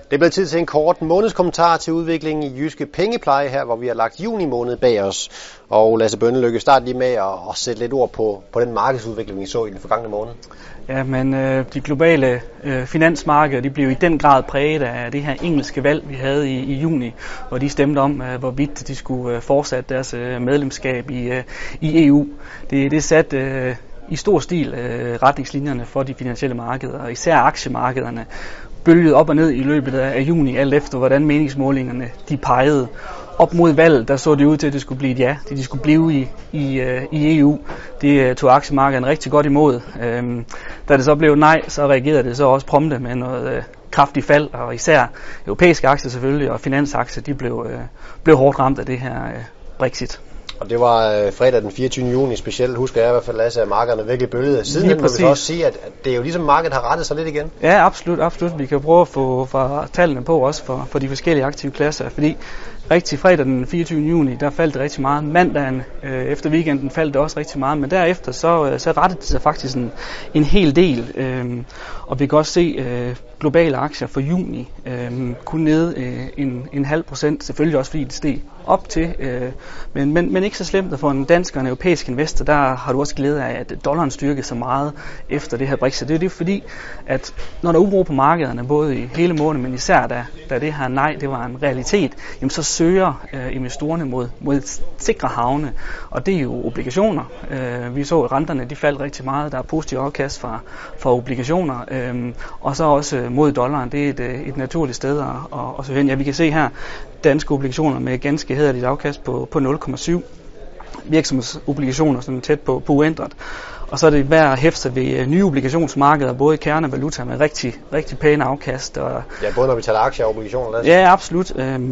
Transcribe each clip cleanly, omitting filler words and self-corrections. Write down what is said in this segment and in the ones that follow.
Det er blevet tid til en kort månedskommentar til udviklingen i Jyske Pengepleje her, hvor vi har lagt juni måned bag os. Og Lasse Bønnelykke, start lige med at sætte lidt ord på den markedsudvikling, vi så i den forgangne måned. Ja, men de globale finansmarkeder, de blev i den grad præget af det her engelske valg, vi havde i juni, hvor de stemte om, hvorvidt de skulle fortsætte deres medlemskab i EU. Det satte i stor stil retningslinjerne for de finansielle markeder, og især aktiemarkederne bølgede op og ned i løbet af juni, alt efter hvordan meningsmålingerne de pegede. Op mod valget, der så det ud til, at det skulle blive et ja, de skulle blive i EU. Det tog aktiemarkederne rigtig godt imod. Da det så blev nej, så reagerede det så også prompte med noget kraftigt fald, og især europæiske aktier selvfølgelig, og finansaktier, de blev hårdt ramt af det her Brexit. Og det var fredag den 24. juni specielt, husker jeg i hvert fald, Lasse, at markederne virkelig bølgede. Siden må vi så også sige, at det er jo ligesom markedet har rettet sig lidt igen. Ja, absolut. Vi kan prøve at få tallene på også for de forskellige aktive klasser, fordi rigtig fredag den 24. juni, der faldt det rigtig meget. Mandagen efter weekenden faldt det også rigtig meget, men derefter så rettede det sig faktisk en hel del. Og vi kan også se globale aktier for juni kun nede 0,5%, selvfølgelig også fordi det steg op til, men ikke så slemt, at for en dansk og en europæisk investor, der har du også glæde af, at dollaren styrkede så meget efter det her Brexit. Det er fordi, at når der er uro på markederne, både i hele måneden, men især da det her nej, det var en realitet, jamen så søger investorerne mod sikre havne, og det er jo obligationer. Vi så, at renterne de faldt rigtig meget, der er positiv afkast fra obligationer, og så også mod dollaren. Det er et naturligt sted at søge hen. Ja, vi kan se her danske obligationer med ganske hæderligt afkast på 0,7. Virksomhedsobligationer som er tæt på uændret. Og så er det værd at hæfte sig ved nye obligationsmarkeder, både i kerne og valuta, med rigtig pæne afkast. Og ja, både når vi taler aktier og obligationer. Ja, absolut.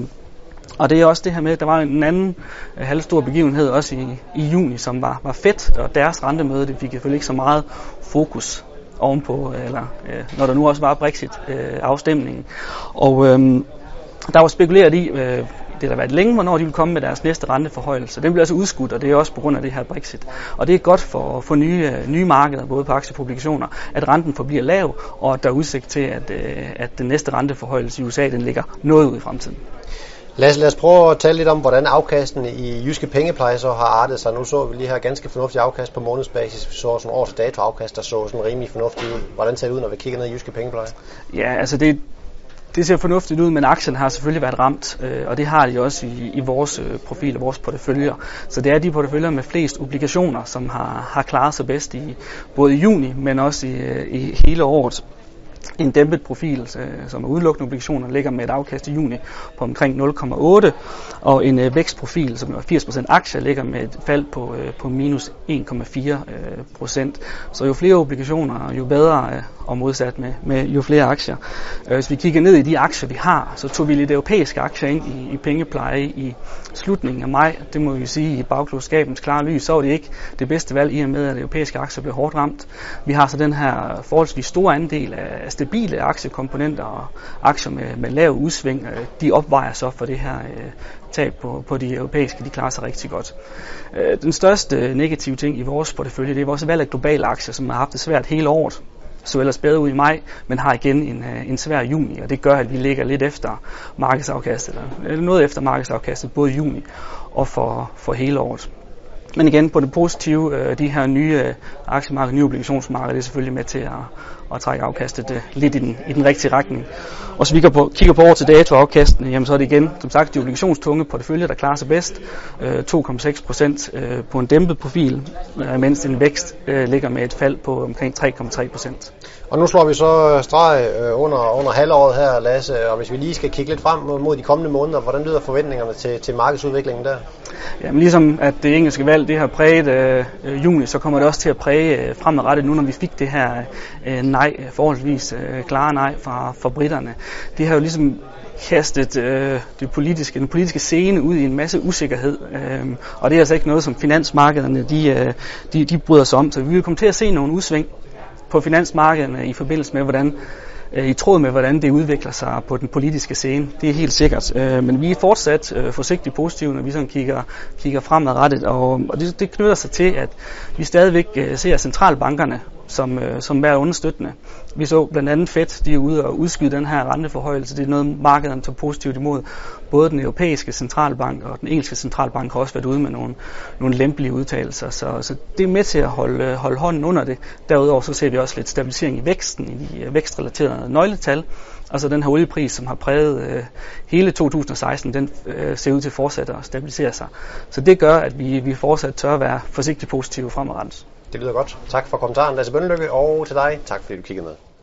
Og det er også det her med, at der var en anden halvstor begivenhed også i juni, som var Fed, og deres rentemøde, det fik selvfølgelig ikke så meget fokus ovenpå, eller når der nu også var Brexit-afstemningen. Og der var spekuleret i, det har været længe, hvornår de vil komme med deres næste renteforhøjelse. Den bliver altså udskudt, og det er også på grund af det her Brexit. Og det er godt for nye markeder, både på aktier og obligationer, at renten forbliver lav, og at der er udsigt til, at den næste renteforhøjelse i USA, den ligger noget ud i fremtiden. Lad os prøve at tale lidt om, hvordan afkasten i Jyske Pengepleje så har artet sig. Nu så vi lige her ganske fornuftig afkast på månedsbasis. Vi så sådan års dato afkast, der så sådan rimelig fornuftigt ud. Hvordan ser det ud, når vi kigger ned i Jyske Pengepleje? Ja, altså det ser fornuftigt ud, men aktien har selvfølgelig været ramt, og det har de også i vores profil og vores porteføljer. Så det er de porteføljer med flest obligationer, som har klaret sig bedst både i juni, men også i hele året. En dæmpet profil, som er udelukkende obligationer, ligger med et afkast i juni på omkring 0,8, og en vækstprofil, som er 80% aktier, ligger med et fald på minus 1,4%. Så jo flere obligationer, jo bedre, og modsat med jo flere aktier. Hvis vi kigger ned i de aktier, vi har, så tog vi lidt europæiske aktier ind i pengepleje i slutningen af maj. Det må vi sige i bagklogskabens klare lys, så var det ikke det bedste valg i og med, at europæiske aktier blev hårdt ramt. Vi har så den her forholdsvis store andel af stabile aktiekomponenter og aktier med lav udsving. De opvejer så for det her tab på de europæiske, de klarer sig rigtig godt. Den største negative ting i vores portefølje, det er vores valg af globale aktier, som har haft det svært hele året. Så ellers bedre ud i maj, men har igen en svær juni, og det gør, at vi ligger lidt efter markedsafkastet, eller noget efter markedsafkastet, både i juni og for hele året. Men igen, på det positive, de her nye aktiemarkeder, nye obligationsmarkeder, det er selvfølgelig med til at trække afkastet lidt i den rigtige retning. Og så vi kigger på år til dato afkastene, jamen så er det igen, som sagt, de obligationstunge portefølje, der klarer sig bedst. 2,6% på en dæmpet profil, mens en vækst ligger med et fald på omkring 3,3%. Og nu slår vi så streg under halvåret her, Lasse, og hvis vi lige skal kigge lidt frem mod de kommende måneder, hvordan lyder forventningerne til markedsudviklingen der? Jamen ligesom at det engelske valg, det har præget juni, så kommer det også til at præge fremadrettet nu, når vi fik det her nej, forholdsvis klare nej fra britterne. Det har jo ligesom kastet den politiske scene ud i en masse usikkerhed, og det er altså ikke noget, som finansmarkederne de bryder sig om. Så vi vil komme til at se nogle udsving på finansmarkederne i forbindelse med, i tråd med, hvordan det udvikler sig på den politiske scene. Det er helt sikkert. Men vi er fortsat forsigtigt positive, når vi sådan kigger fremadrettet, og det knytter sig til, at vi stadigvæk ser centralbankerne som er understøttende. Vi så blandt andet Fed, de er ude og udskyde den her renteforhøjelse. Det er noget, markederne tager positivt imod. Både den europæiske centralbank og den engelske centralbank har også været ude med nogle lempelige udtalelser. Så det er med til at holde hånden under det. Derudover så ser vi også lidt stabilisering i væksten, i vækstrelaterede nøgletal. Altså den her oliepris, som har præget hele 2016, den ser ud til at fortsætte at stabilisere sig. Så det gør, at vi fortsat tør at være forsigtigt positive fremadrettet. Det lyder godt. Tak for kommentaren, Lasse Bønnelykke, og til dig, tak fordi du kiggede med.